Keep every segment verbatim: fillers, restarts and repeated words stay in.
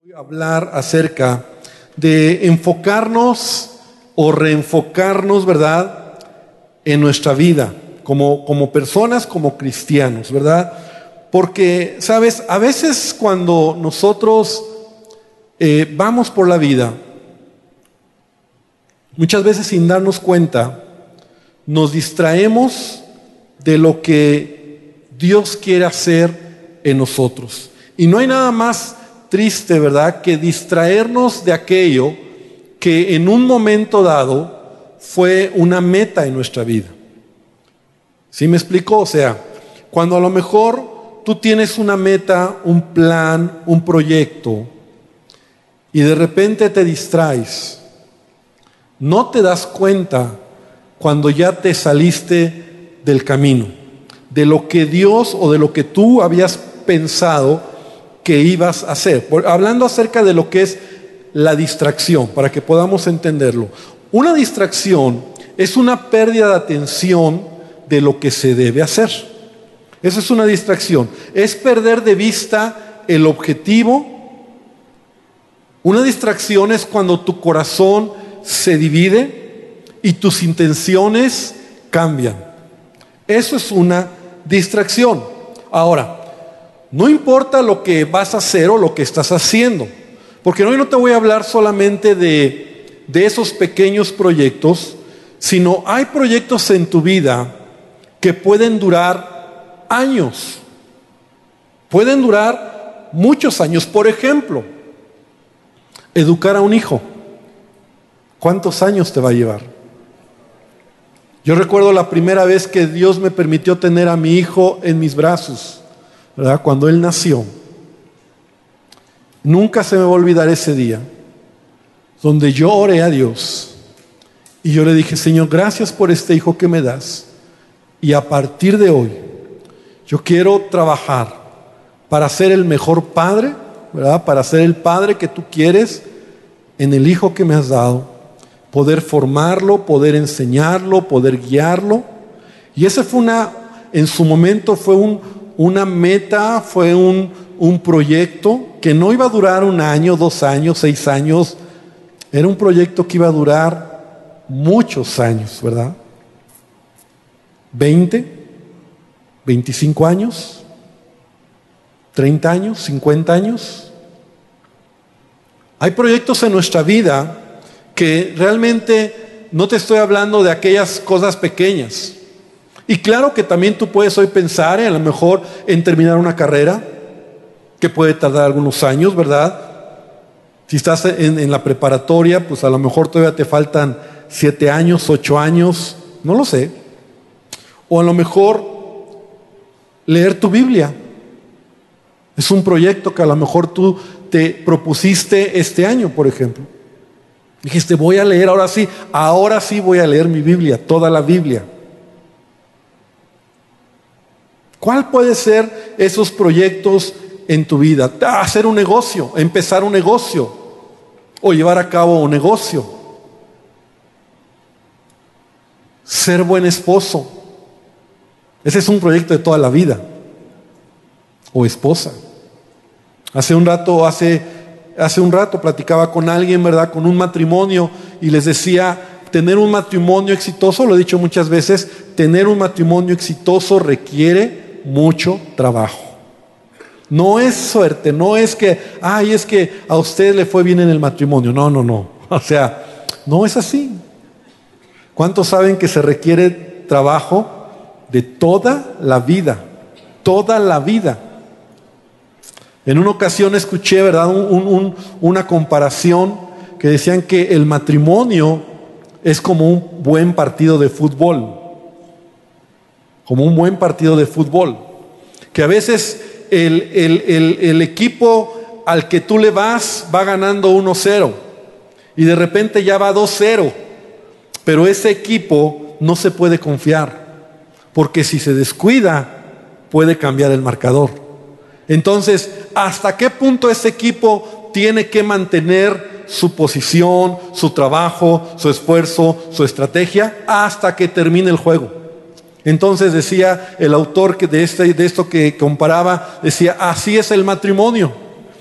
Voy a hablar acerca de enfocarnos o reenfocarnos, ¿verdad?, en nuestra vida como, como personas, como cristianos, ¿verdad? Porque, ¿sabes? A veces cuando nosotros eh, vamos por la vida, muchas veces sin darnos cuenta, nos distraemos de lo que Dios quiere hacer en nosotros. Y no hay nada más triste, ¿verdad?, que distraernos de aquello que en un momento dado fue una meta en nuestra vida. ¿Sí me explico? O sea, cuando a lo mejor tú tienes una meta, un plan, un proyecto, y de repente te distraes, no te das cuenta cuando ya te saliste del camino, de lo que Dios o de lo que tú habías pensado que ibas a hacer. Hablando acerca de lo que es la distracción, para que podamos entenderlo. Una distracción es una pérdida de atención de lo que se debe hacer. Esa es una distracción. Es perder de vista el objetivo. Una distracción es cuando tu corazón se divide y tus intenciones cambian. Eso es una distracción. Ahora, no importa lo que vas a hacer o lo que estás haciendo, porque hoy no te voy a hablar solamente de, de esos pequeños proyectos, sino hay proyectos en tu vida que pueden durar años, pueden durar muchos años. Por ejemplo, educar a un hijo. ¿Cuántos años te va a llevar? Yo recuerdo la primera vez que Dios me permitió tener a mi hijo en mis brazos, ¿verdad? Cuando él nació. Nunca se me va a olvidar ese día donde yo oré a Dios y yo le dije: Señor, gracias por este hijo que me das, y a partir de hoy yo quiero trabajar para ser el mejor padre, ¿verdad? Para ser el padre que tú quieres en el hijo que me has dado, poder formarlo, poder enseñarlo, poder guiarlo. Y ese fue una, en su momento fue un, una meta, fue un, un proyecto que no iba a durar un año, dos años, seis años. Era un proyecto que iba a durar muchos años, ¿verdad? veinte, veinticinco años, treinta años, cincuenta años. Hay proyectos en nuestra vida que realmente no te estoy hablando de aquellas cosas pequeñas. Y claro que también tú puedes hoy pensar en, a lo mejor en terminar una carrera que puede tardar algunos años, ¿verdad? Si estás en, en la preparatoria, pues a lo mejor todavía te faltan siete años, ocho años, no lo sé. O a lo mejor leer tu Biblia. Es un proyecto que a lo mejor tú te propusiste este año, por ejemplo. Dijiste: voy a leer, ahora sí, ahora sí voy a leer mi Biblia, toda la Biblia. ¿Cuál puede ser esos proyectos en tu vida? Ah, hacer un negocio, empezar un negocio o llevar a cabo un negocio. Ser buen esposo. Ese es un proyecto de toda la vida. O esposa. Hace un rato, hace, hace un rato platicaba con alguien, ¿verdad?, con un matrimonio, y les decía: tener un matrimonio exitoso, lo he dicho muchas veces, tener un matrimonio exitoso requiere mucho trabajo. No es suerte, no es que, ay, es que a usted le fue bien en el matrimonio. No, no, no. O sea, no es así. ¿Cuántos saben que se requiere trabajo de toda la vida? Toda la vida. En una ocasión escuché, ¿verdad?, un, un, una comparación que decían que el matrimonio es como un buen partido de fútbol. Como un buen partido de fútbol. Que a veces el, el, el, el equipo al que tú le vas va ganando uno cero. Y de repente ya va dos cero. Pero ese equipo no se puede confiar. Porque si se descuida, puede cambiar el marcador. Entonces, ¿hasta qué punto ese equipo tiene que mantener su posición, su trabajo, su esfuerzo, su estrategia, hasta que termine el juego? Entonces decía el autor que de, este, de esto que comparaba, decía: así es el matrimonio.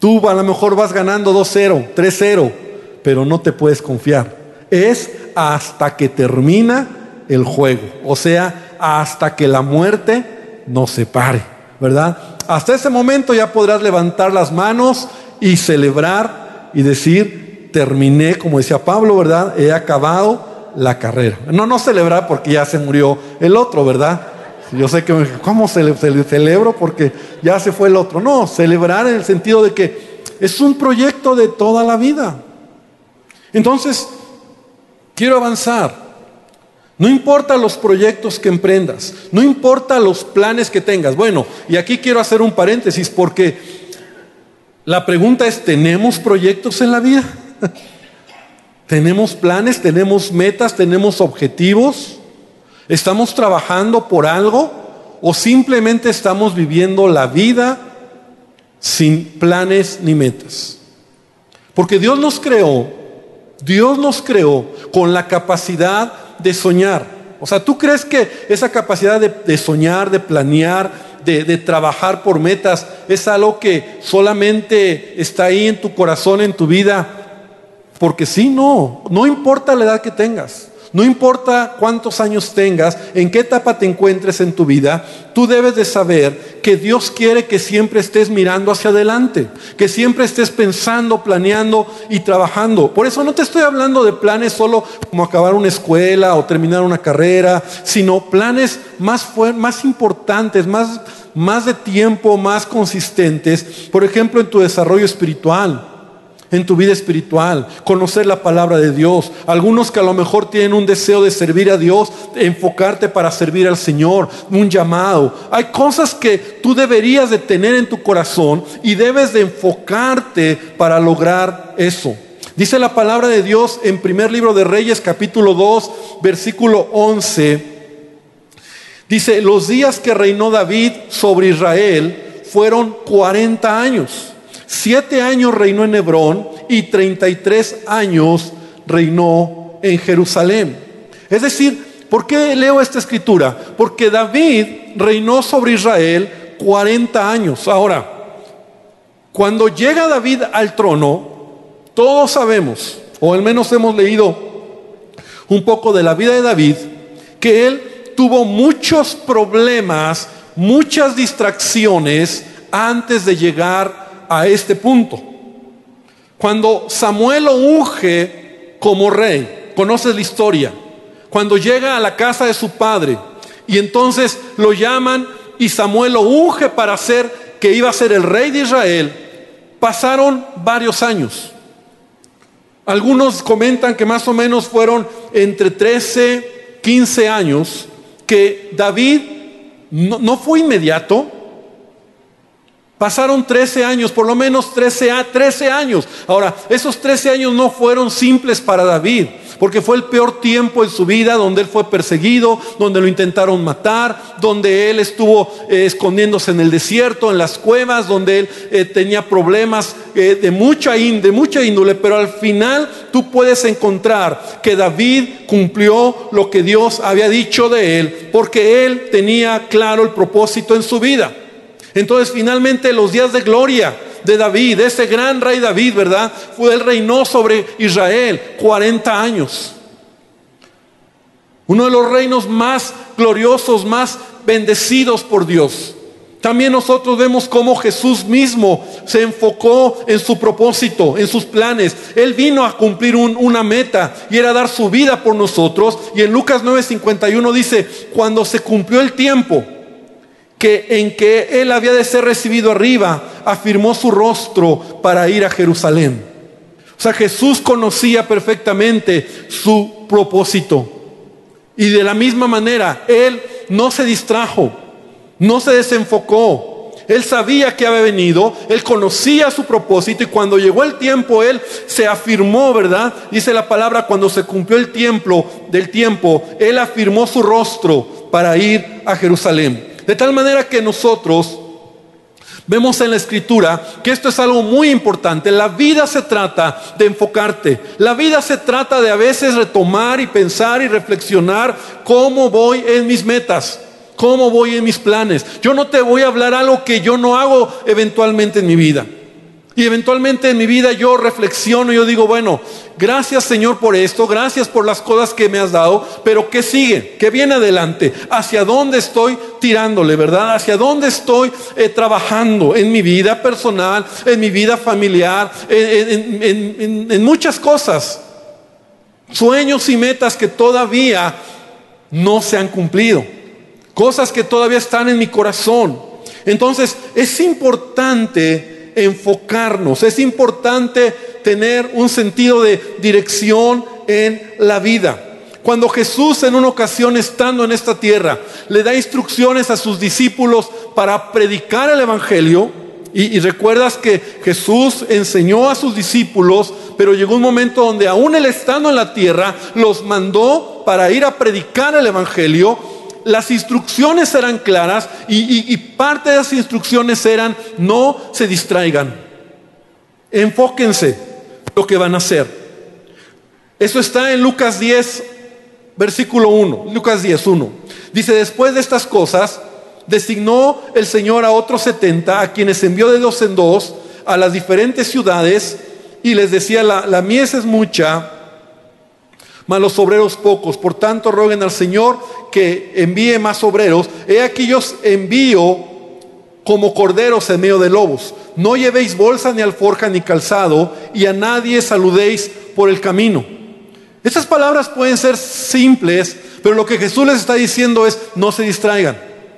Tú a lo mejor vas ganando dos cero, tres cero, pero no te puedes confiar. Es hasta que termina el juego, o sea, hasta que la muerte nos separe, ¿verdad? Hasta ese momento ya podrás levantar las manos y celebrar y decir, terminé, como decía Pablo, ¿verdad? He acabado la carrera. No, no celebrar porque ya se murió el otro, ¿verdad? Yo sé que, ¿cómo cele- cele- celebro? Porque ya se fue el otro. No, celebrar en el sentido de que es un proyecto de toda la vida. Entonces, quiero avanzar. No importa los proyectos que emprendas, no importa los planes que tengas. Bueno, y aquí quiero hacer un paréntesis porque la pregunta es, ¿tenemos proyectos en la vida? ¿Tenemos planes? ¿Tenemos metas? ¿Tenemos objetivos? ¿Estamos trabajando por algo? ¿O simplemente estamos viviendo la vida sin planes ni metas? Porque Dios nos creó, Dios nos creó con la capacidad de soñar. O sea, ¿tú crees que esa capacidad de, de soñar, de planear, de, de trabajar por metas, es algo que solamente está ahí en tu corazón, en tu vida? Porque sí, no, no importa la edad que tengas. No importa cuántos años tengas, en qué etapa te encuentres en tu vida, tú debes de saber que Dios quiere que siempre estés mirando hacia adelante, que siempre estés pensando, planeando y trabajando. Por eso no te estoy hablando de planes solo como acabar una escuela o terminar una carrera, sino planes más, más importantes, más, más de tiempo, más consistentes. Por ejemplo, en tu desarrollo espiritual, en tu vida espiritual, conocer la palabra de Dios. Algunos que a lo mejor tienen un deseo de servir a Dios, enfocarte para servir al Señor, un llamado. Hay cosas que tú deberías de tener en tu corazón y debes de enfocarte para lograr eso. Dice la palabra de Dios en primer libro de Reyes, capítulo dos, versículo once. Dice, los días que reinó David sobre Israel fueron cuarenta años. Siete años reinó en Hebrón y treinta y tres años reinó en Jerusalén. Es decir, ¿por qué leo esta escritura? Porque David reinó sobre Israel cuarenta años. Ahora, cuando llega David al trono, todos sabemos, o al menos hemos leído un poco de la vida de David, que él tuvo muchos problemas, muchas distracciones antes de llegar a este punto. Cuando Samuel lo unge como rey, conoces la historia, cuando llega a la casa de su padre y entonces lo llaman y Samuel lo unge para ser, que iba a ser el rey de Israel, pasaron varios años. Algunos comentan que más o menos fueron entre trece, quince años, que David no, no fue inmediato. Pasaron trece años, por lo menos trece, trece años. Ahora, esos trece años no fueron simples para David, porque fue el peor tiempo en su vida, donde él fue perseguido, donde lo intentaron matar, donde él estuvo eh, escondiéndose en el desierto, en las cuevas, donde él eh, tenía problemas eh, de, mucha índole, de mucha índole, pero al final tú puedes encontrar que David cumplió lo que Dios había dicho de él, porque él tenía claro el propósito en su vida. Entonces finalmente los días de gloria de David, de ese gran rey David, ¿verdad? Fue, él reinó sobre Israel cuarenta años. Uno de los reinos más gloriosos, más bendecidos por Dios. También nosotros vemos cómo Jesús mismo se enfocó en su propósito, en sus planes. Él vino a cumplir un, una meta y era dar su vida por nosotros. Y en Lucas nueve cincuenta y uno dice, cuando se cumplió el tiempo que en que él había de ser recibido arriba, afirmó su rostro para ir a Jerusalén. O sea, Jesús conocía perfectamente su propósito. Y de la misma manera, él no se distrajo, no se desenfocó. Él sabía que había venido, él conocía su propósito y cuando llegó el tiempo, él se afirmó, ¿verdad? Dice la palabra, cuando se cumplió el tiempo del tiempo, él afirmó su rostro para ir a Jerusalén. De tal manera que nosotros vemos en la escritura que esto es algo muy importante. La vida se trata de enfocarte. La vida se trata de a veces retomar y pensar y reflexionar cómo voy en mis metas, cómo voy en mis planes. Yo no te voy a hablar algo que yo no hago eventualmente en mi vida. Y eventualmente en mi vida yo reflexiono y yo digo, bueno, gracias Señor por esto, gracias por las cosas que me has dado, pero ¿qué sigue? ¿Qué viene adelante? ¿Hacia dónde estoy tirándole, verdad? ¿Hacia dónde estoy eh, trabajando en mi vida personal, en mi vida familiar, en, en, en, en, en muchas cosas? Sueños y metas que todavía no se han cumplido, cosas que todavía están en mi corazón. Entonces es importante enfocarnos, es importante tener un sentido de dirección en la vida. Cuando Jesús en una ocasión, estando en esta tierra, le da instrucciones a sus discípulos para predicar el evangelio, y, y recuerdas que Jesús enseñó a sus discípulos, pero llegó un momento donde aún él estando en la tierra los mandó para ir a predicar el evangelio. Las instrucciones eran claras y, y, y parte de las instrucciones eran: no se distraigan, enfóquense lo que van a hacer. Eso está en Lucas diez, versículo uno. Lucas diez, uno. Dice: después de estas cosas, designó el Señor a otros setenta, a quienes envió de dos en dos a las diferentes ciudades, y les decía: la, la mies es mucha, mas los obreros pocos. Por tanto, roguen al Señor que envíe más obreros. He aquí yo os envío como corderos en medio de lobos. No llevéis bolsa, ni alforja, ni calzado, y a nadie saludéis por el camino. Estas palabras pueden ser simples, pero lo que Jesús les está diciendo es: no se distraigan.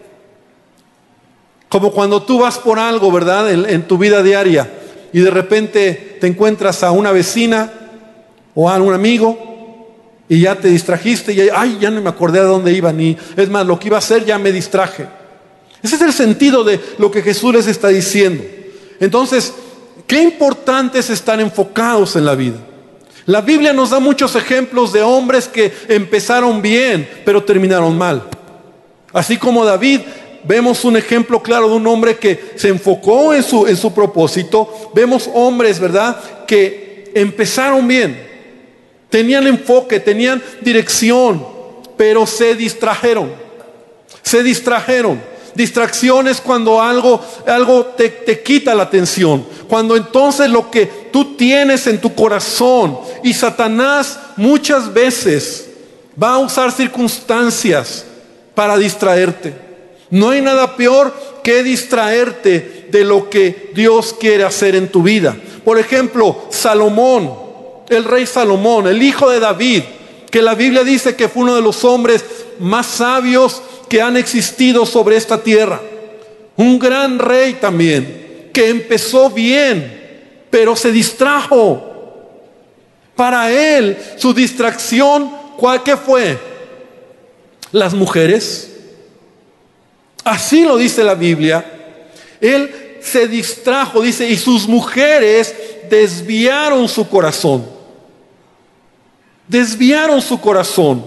Como cuando tú vas por algo, ¿verdad?, en, en tu vida diaria, y de repente te encuentras a una vecina o a un amigo, y ya te distrajiste, y ay, ya no me acordé a dónde iba, ni es más, lo que iba a hacer ya me distraje. Ese es el sentido de lo que Jesús les está diciendo. Entonces, qué importante es estar enfocados en la vida. La Biblia nos da muchos ejemplos de hombres que empezaron bien, pero terminaron mal. Así como David, vemos un ejemplo claro de un hombre que se enfocó en su, en su propósito. Vemos hombres, ¿verdad?, que empezaron bien, tenían enfoque, tenían dirección, pero se distrajeron. Se distrajeron. Distracciones cuando algo, algo te, te quita la atención. Cuando entonces lo que tú tienes en tu corazón, y Satanás muchas veces va a usar circunstancias para distraerte. No hay nada peor que distraerte de lo que Dios quiere hacer en tu vida. Por ejemplo, Salomón, el rey Salomón, el hijo de David, que la Biblia dice que fue uno de los hombres más sabios que han existido sobre esta tierra. Un gran rey también, que empezó bien, pero se distrajo. Para él, su distracción, ¿cuál qué fue? Las mujeres. Así lo dice la Biblia. Él se distrajo, dice, y sus mujeres desviaron su corazón. Desviaron su corazón.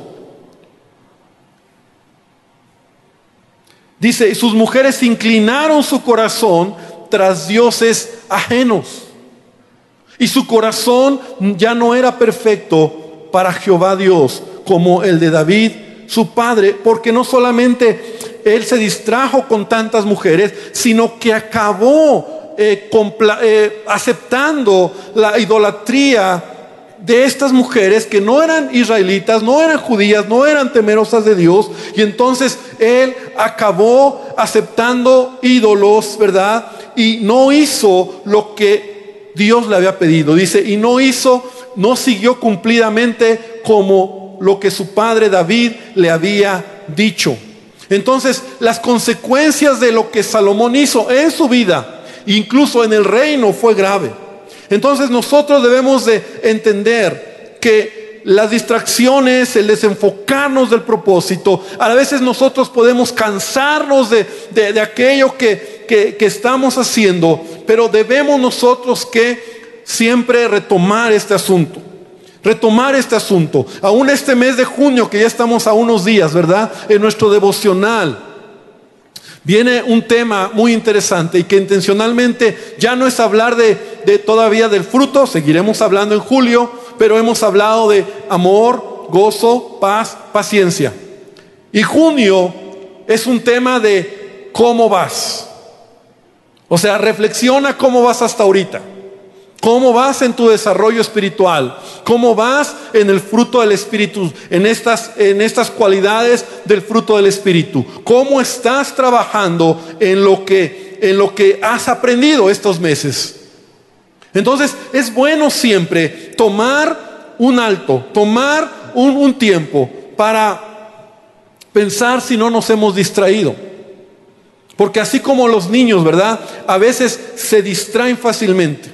Dice, sus mujeres inclinaron su corazón tras dioses ajenos. Y su corazón ya no era perfecto para Jehová Dios, como el de David, su padre, porque no solamente él se distrajo con tantas mujeres, sino que acabó eh, compla- eh, aceptando la idolatría de estas mujeres que no eran israelitas, no eran judías, no eran temerosas de Dios. Y entonces él acabó aceptando ídolos, ¿verdad? Y no hizo lo que Dios le había pedido. Dice, y no hizo, no siguió cumplidamente como lo que su padre David le había dicho. Entonces, las consecuencias de lo que Salomón hizo en su vida, incluso en el reino, fue grave. Entonces nosotros debemos de entender que las distracciones, el desenfocarnos del propósito, a veces nosotros podemos cansarnos de, de, de aquello que, que, que estamos haciendo, pero debemos nosotros que siempre retomar este asunto. Retomar este asunto. Aún este mes de junio, que ya estamos a unos días, ¿verdad?, en nuestro devocional, viene un tema muy interesante y que intencionalmente ya no es hablar de, de todavía del fruto. Seguiremos hablando en julio, pero hemos hablado de amor, gozo, paz, paciencia. Y junio es un tema de cómo vas. O sea, reflexiona cómo vas hasta ahorita. ¿Cómo vas en tu desarrollo espiritual? ¿Cómo vas en el fruto del Espíritu? En estas, en estas cualidades del fruto del Espíritu. ¿Cómo estás trabajando en lo que, en lo que has aprendido estos meses? Entonces es bueno siempre tomar un alto, tomar un, un tiempo para pensar si no nos hemos distraído. Porque así como los niños, ¿verdad? A veces se distraen fácilmente.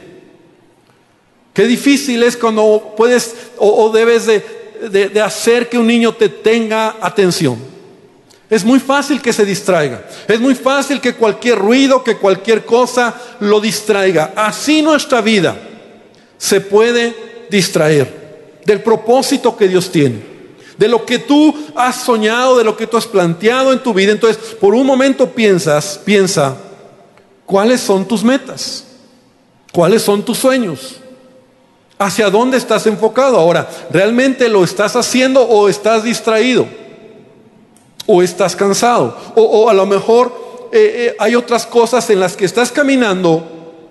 Qué difícil es cuando puedes o, o debes de, de, de hacer que un niño te tenga atención. Es muy fácil que se distraiga. Es muy fácil que cualquier ruido, que cualquier cosa lo distraiga. Así nuestra vida se puede distraer del propósito que Dios tiene, de lo que tú has soñado, de lo que tú has planteado en tu vida. Entonces, por un momento piensas, piensa, ¿cuáles son tus metas? ¿Cuáles son tus sueños? ¿Hacia dónde estás enfocado? Ahora, ¿realmente lo estás haciendo o estás distraído? ¿O estás cansado? O, o a lo mejor eh, eh, hay otras cosas en las que estás caminando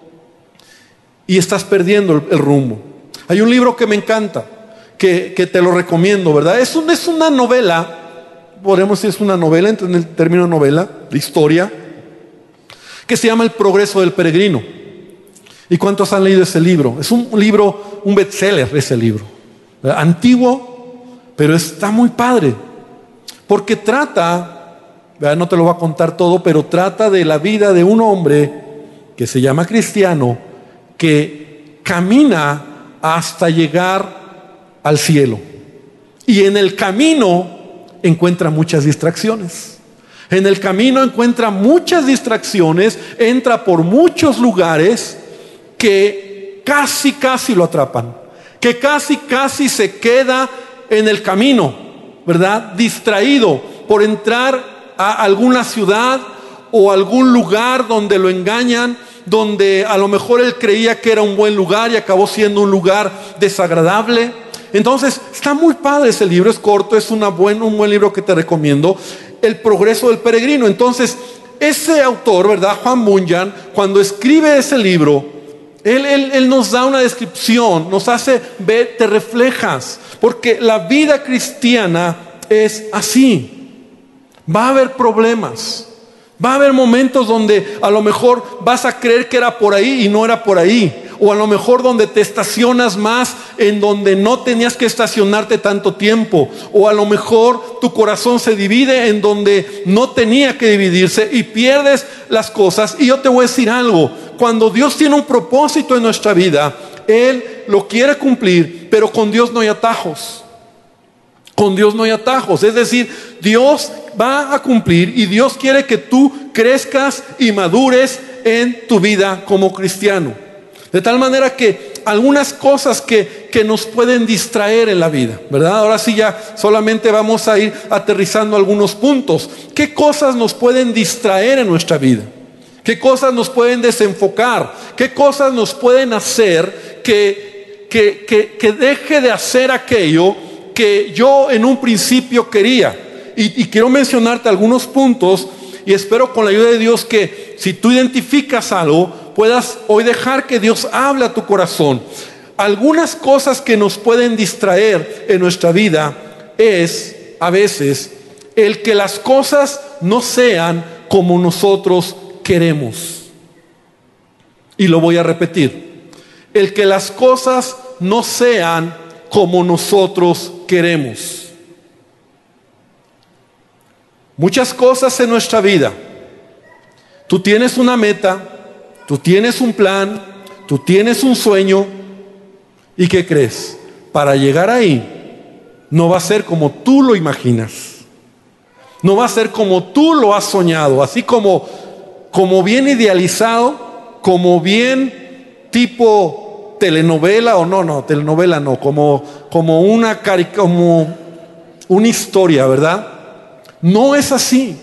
y estás perdiendo el, el rumbo. Hay un libro que me encanta, que, que te lo recomiendo, ¿verdad? Es, un, es una novela, podemos decir es una novela, en el término novela, de historia, que se llama El progreso del peregrino. ¿Y cuántos han leído ese libro? Es un libro, un bestseller ese libro, ¿verdad? Antiguo, pero está muy padre. Porque trata, ¿verdad? No te lo voy a contar todo, pero trata de la vida de un hombre que se llama cristiano, que camina hasta llegar al cielo. Y en el camino encuentra muchas distracciones. En el camino encuentra muchas distracciones, entra por muchos lugares que casi, casi lo atrapan, que casi, casi se queda en el camino, ¿verdad? Distraído por entrar a alguna ciudad o algún lugar donde lo engañan, donde a lo mejor él creía que era un buen lugar y acabó siendo un lugar desagradable. Entonces, está muy padre ese libro, es corto, es una buen, un buen libro que te recomiendo, El progreso del peregrino. Entonces, ese autor, ¿verdad? Juan Bunyan, cuando escribe ese libro, Él, él, él nos da una descripción, nos hace ver, te reflejas, porque la vida cristiana es así. Va a haber problemas, va a haber momentos donde a lo mejor vas a creer que era por ahí y no era por ahí, o a lo mejor donde te estacionas más en donde no tenías que estacionarte tanto tiempo, o a lo mejor tu corazón se divide en donde no tenía que dividirse y pierdes las cosas. Y yo te voy a decir algo, cuando Dios tiene un propósito en nuestra vida, Él lo quiere cumplir, pero con Dios no hay atajos. Con Dios no hay atajos. Es decir, Dios va a cumplir y Dios quiere que tú crezcas y madures en tu vida como cristiano. De tal manera que algunas cosas que, que nos pueden distraer en la vida, ¿verdad? Ahora sí ya solamente vamos a ir aterrizando algunos puntos. ¿Qué cosas nos pueden distraer en nuestra vida? ¿Qué cosas nos pueden desenfocar? ¿Qué cosas nos pueden hacer que, que, que, que deje de hacer aquello que yo en un principio quería? Y, y quiero mencionarte algunos puntos y espero con la ayuda de Dios que si tú identificas algo, puedas hoy dejar que Dios hable a tu corazón. Algunas cosas que nos pueden distraer en nuestra vida es a veces el que las cosas no sean como nosotros queremos. Y lo voy a repetir. El que las cosas no sean como nosotros queremos. Muchas cosas en nuestra vida. Tú tienes una meta, tú tienes un plan, tú tienes un sueño. ¿Y qué crees? Para llegar ahí, no va a ser como tú lo imaginas. No va a ser como tú lo has soñado. Así como, como bien idealizado, como bien tipo telenovela, o no, no, telenovela no, como, como una cari- como una historia, ¿verdad? No es así.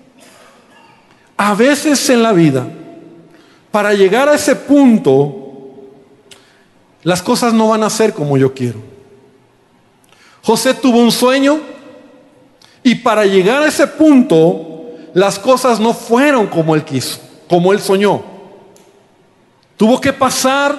A veces en la vida, para llegar a ese punto, las cosas no van a ser como yo quiero. José tuvo un sueño y para llegar a ese punto, las cosas no fueron como él quiso, como él soñó. Tuvo que pasar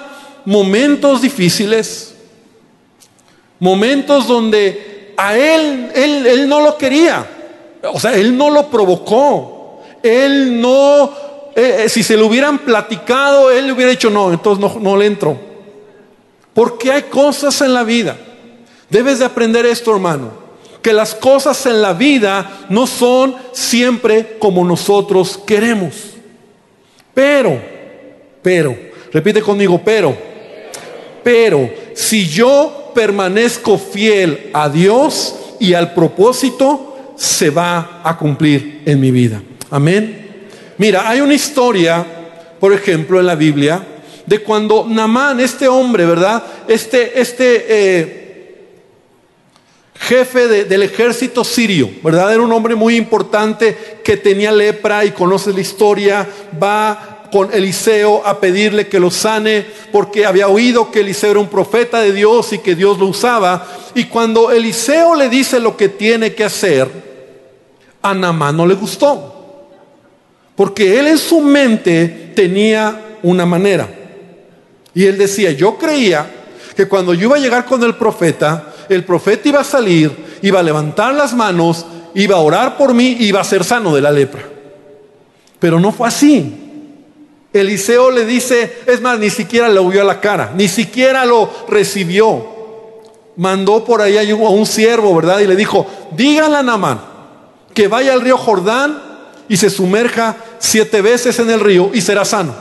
momentos difíciles, momentos donde a él, él, él no lo quería, o sea, él no lo provocó, él no, eh, si se lo hubieran platicado, él le hubiera dicho no, entonces no, no le entro. Porque hay cosas en la vida, debes de aprender esto, hermano, que las cosas en la vida no son siempre como nosotros queremos. Pero, pero, repite conmigo, pero, pero, si yo permanezco fiel a Dios y al propósito, se va a cumplir en mi vida. Amén. Mira, hay una historia, por ejemplo, en la Biblia, de cuando Naamán, este hombre, ¿verdad? Este, este eh, jefe de, del ejército sirio, ¿verdad? Era un hombre muy importante que tenía lepra, y conoces la historia. Va con Eliseo a pedirle que lo sane, porque había oído que Eliseo era un profeta de Dios y que Dios lo usaba. Y cuando Eliseo le dice lo que tiene que hacer, a Naamán no le gustó, porque él en su mente tenía una manera. Y él decía, yo creía que cuando yo iba a llegar con el profeta, el profeta iba a salir, iba a levantar las manos, iba a orar por mí y iba a ser sano de la lepra. Pero no fue así. Eliseo le dice, es más, ni siquiera le vio a la cara, ni siquiera lo recibió. Mandó por ahí a un siervo, ¿verdad? Y le dijo, dígale a Naamán que vaya al río Jordán y se sumerja siete veces en el río y será sano.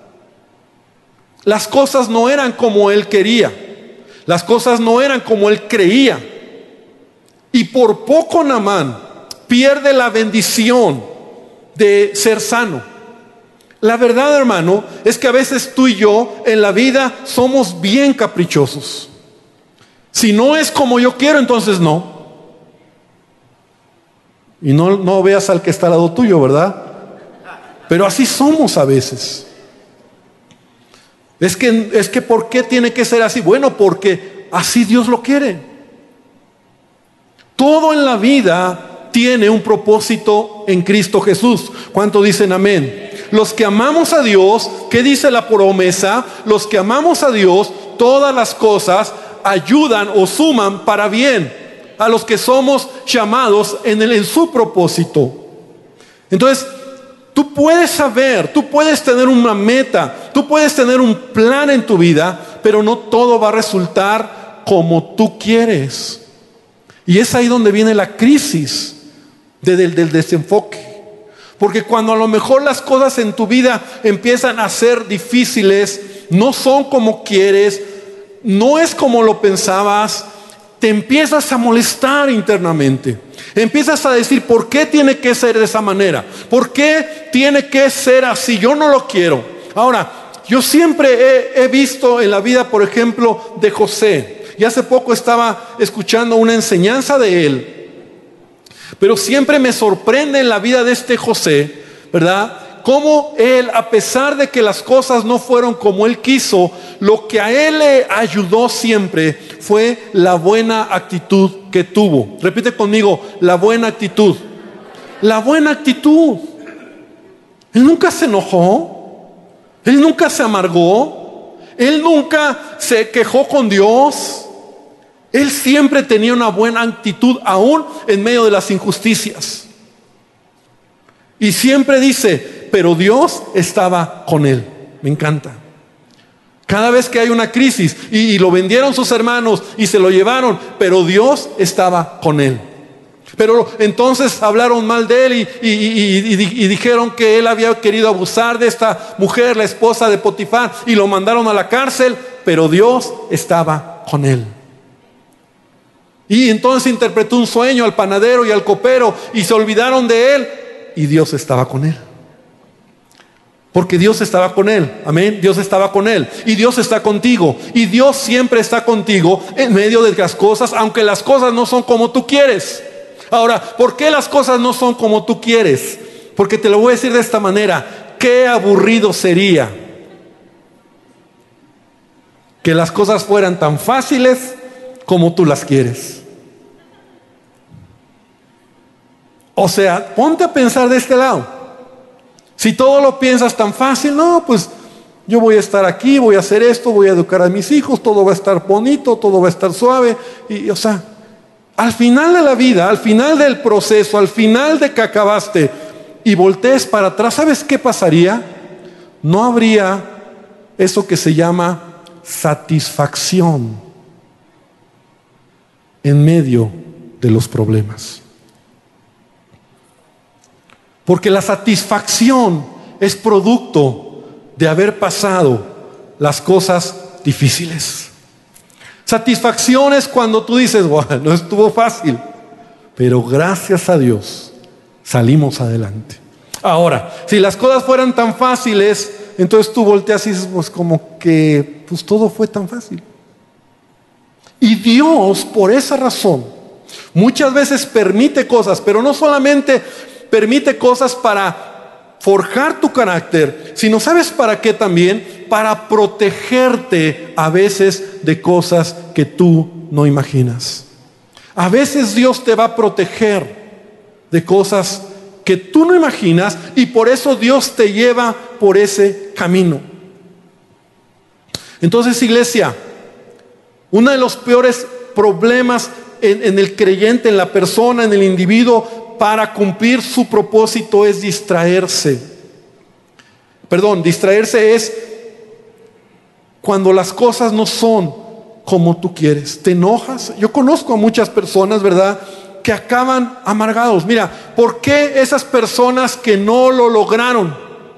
Las cosas no eran como él quería, las cosas no eran como él creía, y por poco Naamán pierde la bendición de ser sano. La verdad, hermano, es que a veces tú y yo en la vida somos bien caprichosos. Si no es como yo quiero, entonces no. Y no, no veas al que está al lado tuyo, ¿verdad? Pero así somos a veces. Es que, es que ¿por qué tiene que ser así? Bueno, porque así Dios lo quiere. Todo en la vida tiene un propósito en Cristo Jesús. ¿Cuántos dicen amén? Los que amamos a Dios, ¿qué dice la promesa? Los que amamos a Dios, todas las cosas ayudan o suman para bien a los que somos llamados en, el, en su propósito. Entonces, tú puedes saber, tú puedes tener una meta, tú puedes tener un plan en tu vida, pero no todo va a resultar como tú quieres. Y es ahí donde viene la crisis de, del, del desenfoque. Porque cuando a lo mejor las cosas en tu vida empiezan a ser difíciles, no son como quieres, no es como lo pensabas, te empiezas a molestar internamente. Empiezas a decir, ¿por qué tiene que ser de esa manera? ¿Por qué tiene que ser así? Yo no lo quiero. Ahora, yo siempre he, he visto en la vida, por ejemplo, de José. Y hace poco estaba escuchando una enseñanza de él. Pero siempre me sorprende en la vida de este José, ¿verdad? Cómo él, a pesar de que las cosas no fueron como él quiso, lo que a él le ayudó siempre fue la buena actitud que tuvo. Repite conmigo, la buena actitud. La buena actitud. Él nunca se enojó, él nunca se amargó, él nunca se quejó con Dios. Él siempre tenía una buena actitud, aún en medio de las injusticias. Y siempre dice, pero Dios estaba con él. Me encanta. Cada vez que hay una crisis, y, y lo vendieron sus hermanos y se lo llevaron, pero Dios estaba con él. Pero entonces hablaron mal de él y, y, y, y, y dijeron que él había querido abusar de esta mujer, la esposa de Potifar, y lo mandaron a la cárcel, pero Dios estaba con él. Y entonces interpretó un sueño al panadero y al copero y se olvidaron de él, y Dios estaba con él. Porque Dios estaba con él, amén. Dios estaba con él y Dios está contigo, y Dios siempre está contigo en medio de las cosas, aunque las cosas no son como tú quieres. Ahora, ¿por qué las cosas no son como tú quieres? Porque te lo voy a decir de esta manera: qué aburrido sería que las cosas fueran tan fáciles como tú las quieres. O sea, ponte a pensar de este lado. Si todo lo piensas tan fácil, no, pues yo voy a estar aquí, voy a hacer esto, voy a educar a mis hijos, todo va a estar bonito, todo va a estar suave. Y, o sea, al final de la vida, al final del proceso, al final de que acabaste y voltees para atrás, ¿sabes qué pasaría? No habría eso que se llama satisfacción en medio de los problemas. Porque la satisfacción es producto de haber pasado las cosas difíciles. Satisfacción es cuando tú dices, bueno, no estuvo fácil, pero gracias a Dios salimos adelante. Ahora, si las cosas fueran tan fáciles, entonces tú volteas y dices, pues como que pues todo fue tan fácil. Y Dios, por esa razón, muchas veces permite cosas, pero no solamente permite cosas para forjar tu carácter, sino ¿sabes para qué también? Para protegerte a veces de cosas que tú no imaginas. A veces Dios te va a proteger de cosas que tú no imaginas y por eso Dios te lleva por ese camino. Entonces, iglesia, uno de los peores problemas en, en el creyente, en la persona, en el individuo, para cumplir su propósito es distraerse. Perdón, distraerse es cuando las cosas no son como tú quieres. Te enojas. Yo conozco a muchas personas, ¿verdad?, que acaban amargados. Mira, ¿por qué esas personas que no lo lograron?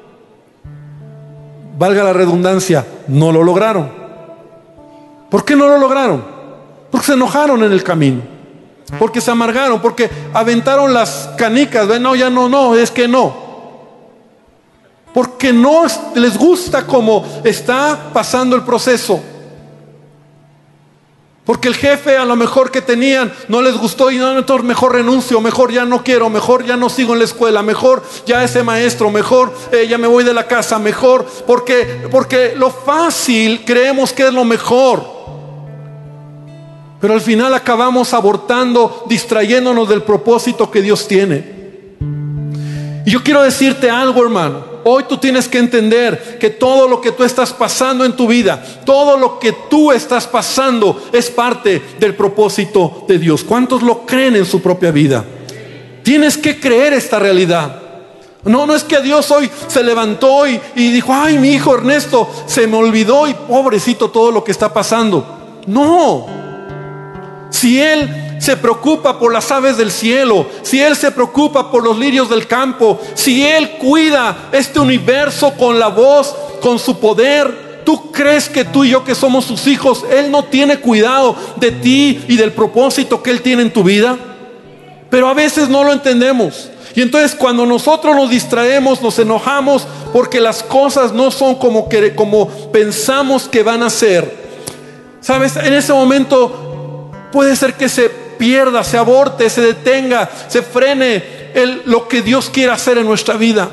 Valga la redundancia, no lo lograron. ¿Por qué no lo lograron? Porque se enojaron en el camino. Porque se amargaron, porque aventaron las canicas. No, ya no, no, es que no. Porque no les gusta cómo está pasando el proceso. Porque el jefe a lo mejor que tenían no les gustó y no, entonces mejor renuncio, mejor ya no quiero, mejor ya no sigo en la escuela, mejor ya ese maestro, mejor eh, ya me voy de la casa, mejor. Porque, porque lo fácil creemos que es lo mejor. Pero al final acabamos abortando, distrayéndonos del propósito que Dios tiene. Y yo quiero decirte algo, hermano. Hoy tú tienes que entender que todo lo que tú estás pasando en tu vida, todo lo que tú estás pasando es parte del propósito de Dios. ¿Cuántos lo creen en su propia vida? Tienes que creer esta realidad. No, no es que Dios hoy se levantó y, y dijo, ay, mi hijo Ernesto se me olvidó y pobrecito todo lo que está pasando. No. Si Él se preocupa por las aves del cielo, si Él se preocupa por los lirios del campo, si Él cuida este universo con la voz, con su poder, ¿tú crees que tú y yo que somos sus hijos, Él no tiene cuidado de ti y del propósito que Él tiene en tu vida? Pero a veces no lo entendemos. Y entonces cuando nosotros nos distraemos, nos enojamos porque las cosas no son como, que, como pensamos que van a ser. ¿Sabes? En ese momento puede ser que se pierda, se aborte, se detenga, se frene el, lo que Dios quiere hacer en nuestra vida.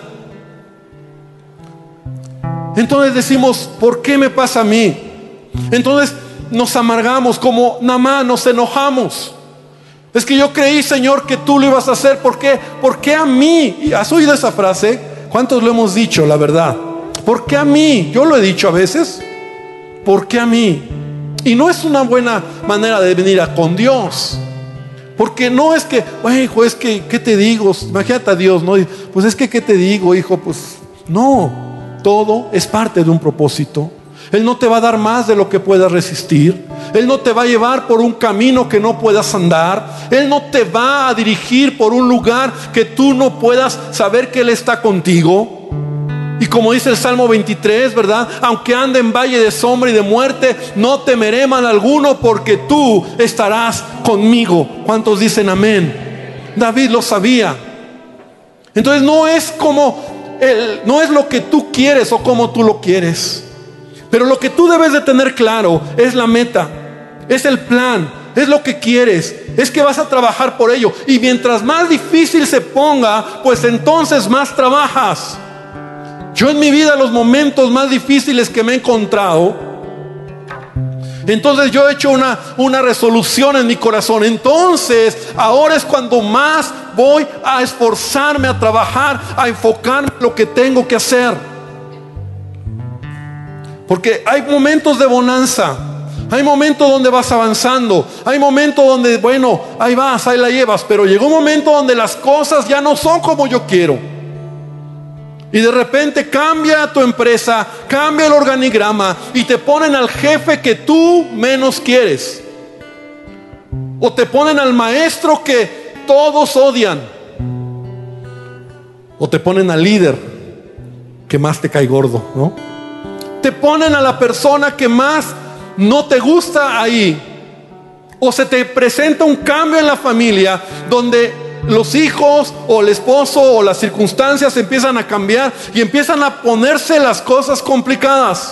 Entonces decimos, ¿por qué me pasa a mí? Entonces nos amargamos, como Naamán, nos enojamos. Es que yo creí, Señor, que tú lo ibas a hacer. ¿Por qué? ¿Por qué a mí? ¿Has oído esa frase? ¿Cuántos lo hemos dicho, la verdad? ¿Por qué a mí? Yo lo he dicho a veces. ¿Por qué a mí? Y no es una buena manera de venir a con Dios. Porque no es que, oye, hijo, es que, ¿qué te digo? Imagínate a Dios, ¿no? Pues es que, ¿qué te digo, hijo? Pues no, todo es parte de un propósito. Él no te va a dar más de lo que puedas resistir. Él no te va a llevar por un camino que no puedas andar. Él no te va a dirigir por un lugar que tú no puedas saber que Él está contigo. Y como dice el Salmo veintitrés, ¿verdad? Aunque ande en valle de sombra y de muerte, no temeré mal alguno, porque tú estarás conmigo. ¿Cuántos dicen amén? David lo sabía. Entonces no es como el, no es lo que tú quieres o como tú lo quieres, pero lo que tú debes de tener claro es la meta, es el plan, es lo que quieres, es que vas a trabajar por ello. Y mientras más difícil se ponga, pues entonces más trabajas. Yo en mi vida, los momentos más difíciles que me he encontrado, entonces yo he hecho una, una resolución en mi corazón. Entonces ahora es cuando más voy a esforzarme, a trabajar, a enfocarme en lo que tengo que hacer. Porque hay momentos de bonanza, hay momentos donde vas avanzando, hay momentos donde, bueno, ahí vas, ahí la llevas, pero llegó un momento donde las cosas ya no son como yo quiero. Y de repente cambia tu empresa, cambia el organigrama y te ponen al jefe que tú menos quieres. O te ponen al maestro que todos odian. O te ponen al líder que más te cae gordo, ¿no? Te ponen a la persona que más no te gusta ahí. O se te presenta un cambio en la familia donde los hijos o el esposo o las circunstancias empiezan a cambiar y empiezan a ponerse las cosas complicadas.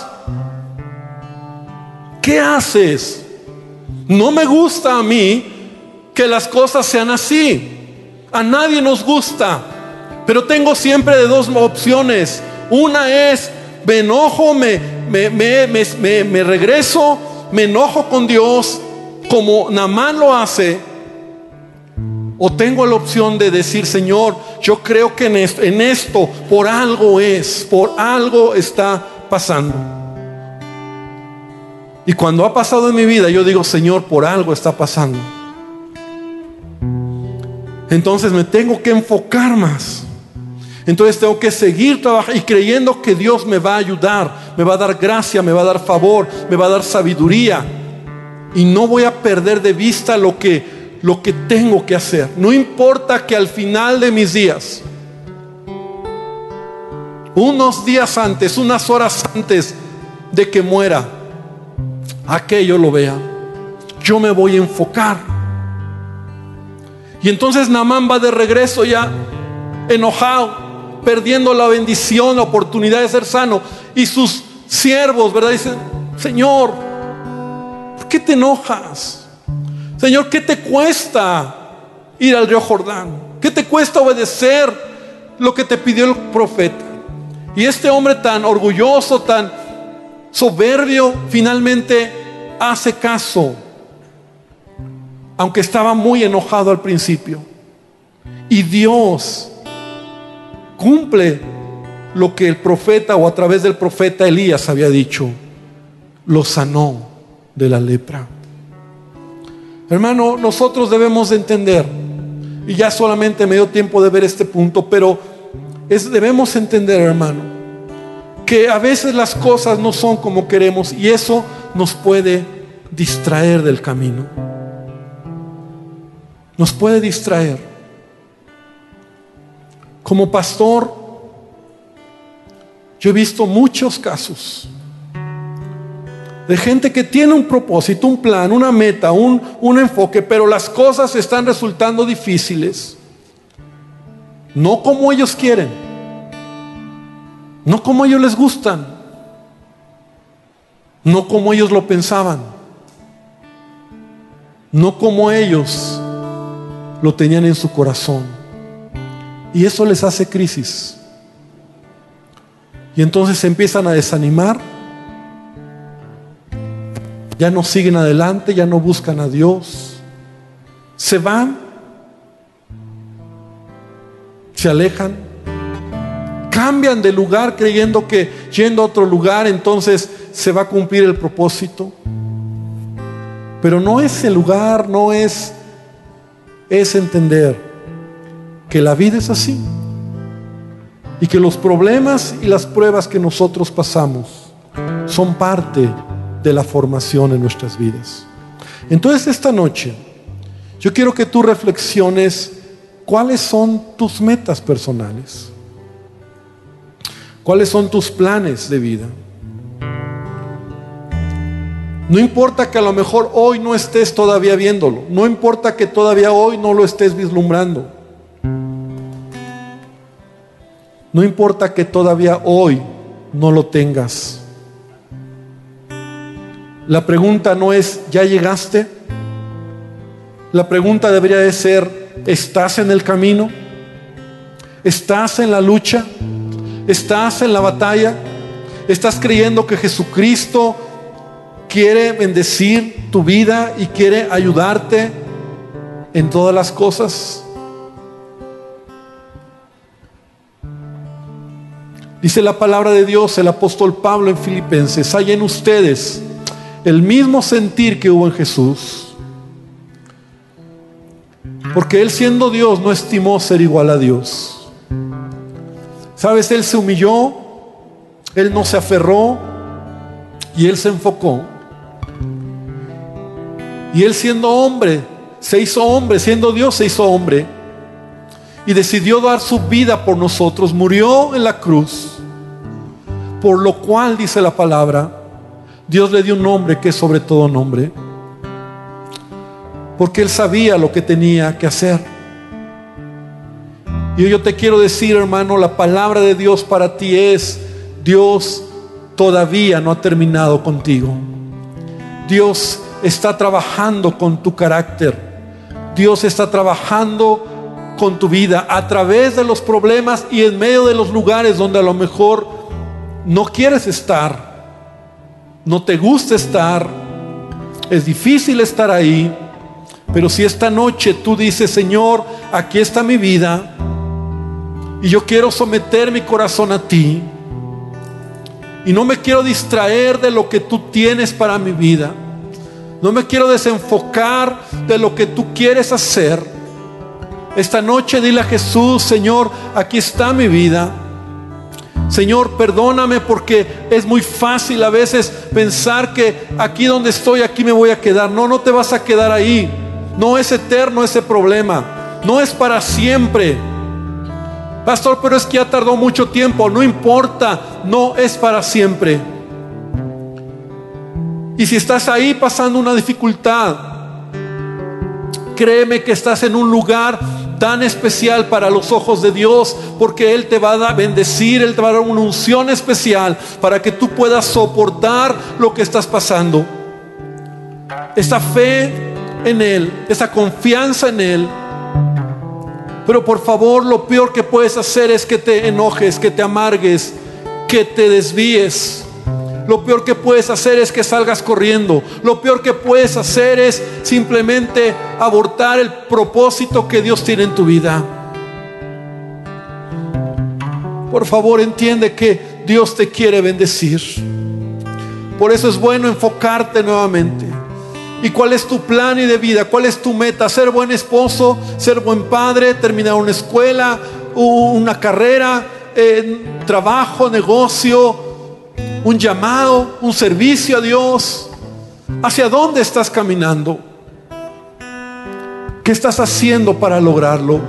¿Qué haces? No me gusta a mí que las cosas sean así. A nadie nos gusta. Pero tengo siempre de dos opciones. Una es, me enojo, me, me, me, me, me, me regreso, me enojo con Dios como Naamán lo hace. O tengo la opción de decir, Señor, yo creo que en esto, en esto por algo es, por algo está pasando. Y cuando ha pasado en mi vida, yo digo, Señor, por algo está pasando. Entonces me tengo que enfocar más. Entonces tengo que seguir trabajando y creyendo que Dios me va a ayudar, me va a dar gracia, me va a dar favor, me va a dar sabiduría. Y no voy a perder de vista lo que, lo que tengo que hacer. No importa que al final de mis días, unos días antes, unas horas antes de que muera, aquello lo vea, yo me voy a enfocar. Y entonces Naamán va de regreso ya enojado, perdiendo la bendición, la oportunidad de ser sano. Y sus siervos, ¿verdad? Dicen, Señor, ¿por qué te enojas? Señor, ¿qué te cuesta ir al río Jordán? ¿Qué te cuesta obedecer lo que te pidió el profeta? Y este hombre tan orgulloso, tan soberbio, finalmente hace caso, aunque estaba muy enojado al principio. Y Dios cumple lo que el profeta, o a través del profeta Elías había dicho. Lo sanó de la lepra. Hermano, nosotros debemos de entender, y ya solamente me dio tiempo de ver este punto, pero es, debemos entender, hermano, que a veces las cosas no son como queremos, y eso nos puede distraer del camino. Nos puede distraer. Como pastor, yo he visto muchos casos de gente que tiene un propósito, un plan, una meta, un, un enfoque, pero las cosas están resultando difíciles. No como ellos quieren, no como ellos les gustan, no como ellos lo pensaban, no como ellos lo tenían en su corazón. Y eso les hace crisis. Y entonces se empiezan a desanimar. Ya no siguen adelante, ya no buscan a Dios. Se van, se alejan, cambian de lugar creyendo que yendo a otro lugar entonces se va a cumplir el propósito. Pero no es el lugar, no es, es entender que la vida es así y que los problemas y las pruebas que nosotros pasamos son parte de la formación en nuestras vidas. Entonces esta noche yo quiero que tú reflexiones cuáles son tus metas personales, cuáles son tus planes de vida. No importa que a lo mejor hoy no estés todavía viéndolo, no importa que todavía hoy no lo estés vislumbrando, no importa que todavía hoy no lo tengas. La pregunta no es, ¿ya llegaste? La pregunta debería de ser, ¿estás en el camino? ¿Estás en la lucha? ¿Estás en la batalla? ¿Estás creyendo que Jesucristo quiere bendecir tu vida y quiere ayudarte en todas las cosas? Dice la palabra de Dios, el apóstol Pablo en Filipenses: hay en ustedes el mismo sentir que hubo en Jesús, porque Él, siendo Dios, no estimó ser igual a Dios. ¿Sabes? Él se humilló, Él no se aferró y Él se enfocó. Y Él, siendo hombre, se hizo hombre, siendo Dios se hizo hombre, y decidió dar su vida por nosotros. Murió en la cruz, por lo cual, dice la palabra, Dios le dio un nombre que es sobre todo nombre, porque Él sabía lo que tenía que hacer. Y yo te quiero decir, hermano, la palabra de Dios para ti es: Dios todavía no ha terminado contigo. Dios está trabajando con tu carácter. Dios está trabajando con tu vida a través de los problemas y en medio de los lugares donde a lo mejor no quieres estar, no te gusta estar, es difícil estar ahí. Pero si esta noche tú dices: Señor, aquí está mi vida y yo quiero someter mi corazón a ti, y no me quiero distraer de lo que tú tienes para mi vida, no me quiero desenfocar de lo que tú quieres hacer. Esta noche dile a Jesús: Señor, aquí está mi vida. Señor, perdóname, porque es muy fácil a veces pensar que aquí donde estoy, aquí me voy a quedar. No, no te vas a quedar ahí. No es eterno ese problema, no es para siempre. Pastor, pero es que ya tardó mucho tiempo. No importa, no es para siempre. Y si estás ahí pasando una dificultad, créeme que estás en un lugar tan especial para los ojos de Dios, porque Él te va a bendecir, Él te va a dar una unción especial para que tú puedas soportar lo que estás pasando. Esa fe en Él, esa confianza en Él. Pero por favor, lo peor que puedes hacer es que te enojes, que te amargues, que te desvíes. Lo peor que puedes hacer es que salgas corriendo. Lo peor que puedes hacer es simplemente abortar el propósito que Dios tiene en tu vida. Por favor, entiende que Dios te quiere bendecir. Por eso es bueno enfocarte nuevamente. ¿Y cuál es tu plan y de vida? ¿Cuál es tu meta? ¿Ser buen esposo? ¿Ser buen padre? ¿Terminar una escuela? ¿Una carrera? Eh, ¿Trabajo? ¿Negocio? ¿Un llamado? ¿Un servicio a Dios? ¿Hacia dónde estás caminando? ¿Qué estás haciendo para lograrlo?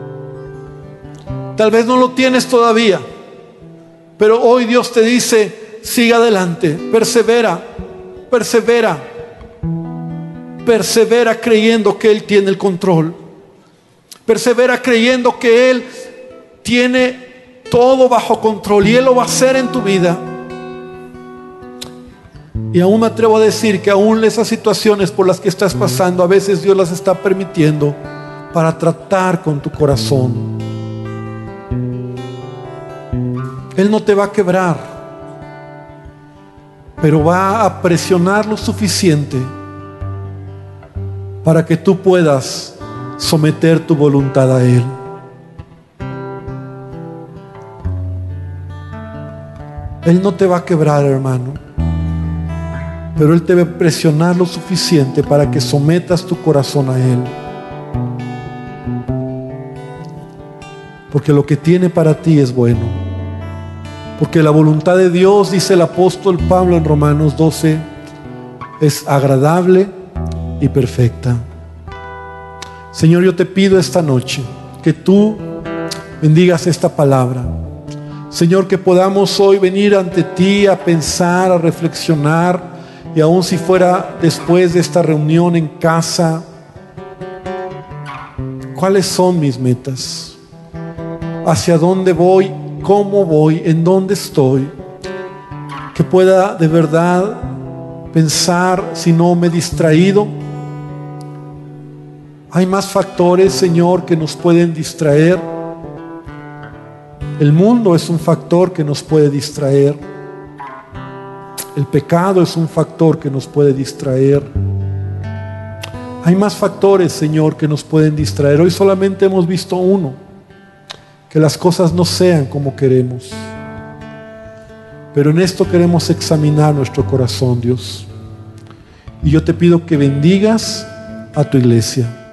Tal vez no lo tienes todavía, pero hoy Dios te dice: sigue adelante, persevera, persevera. Persevera creyendo que Él tiene el control. Persevera creyendo que Él tiene todo bajo control y Él lo va a hacer en tu vida. Y aún me atrevo a decir que aún esas situaciones por las que estás pasando, a veces Dios las está permitiendo para tratar con tu corazón. Él no te va a quebrar, pero va a presionar lo suficiente para que tú puedas someter tu voluntad a Él. Él no te va a quebrar, hermano, pero Él te va a presionar lo suficiente para que sometas tu corazón a Él. Porque lo que tiene para ti es bueno. Porque la voluntad de Dios, dice el apóstol Pablo en Romanos doce, es agradable y perfecta. Señor, yo te pido esta noche que tú bendigas esta palabra. Señor, que podamos hoy venir ante ti a pensar, a reflexionar, y aun si fuera después de esta reunión en casa, ¿cuáles son mis metas? ¿Hacia dónde voy? ¿Cómo voy? ¿En dónde estoy? Que pueda de verdad pensar si no me he distraído. Hay más factores, Señor, que nos pueden distraer. El mundo es un factor que nos puede distraer. El pecado es un factor que nos puede distraer. Hay más factores, Señor, que nos pueden distraer. Hoy solamente hemos visto uno: que las cosas no sean como queremos. Pero en esto queremos examinar nuestro corazón, Dios. Y yo te pido que bendigas a tu iglesia.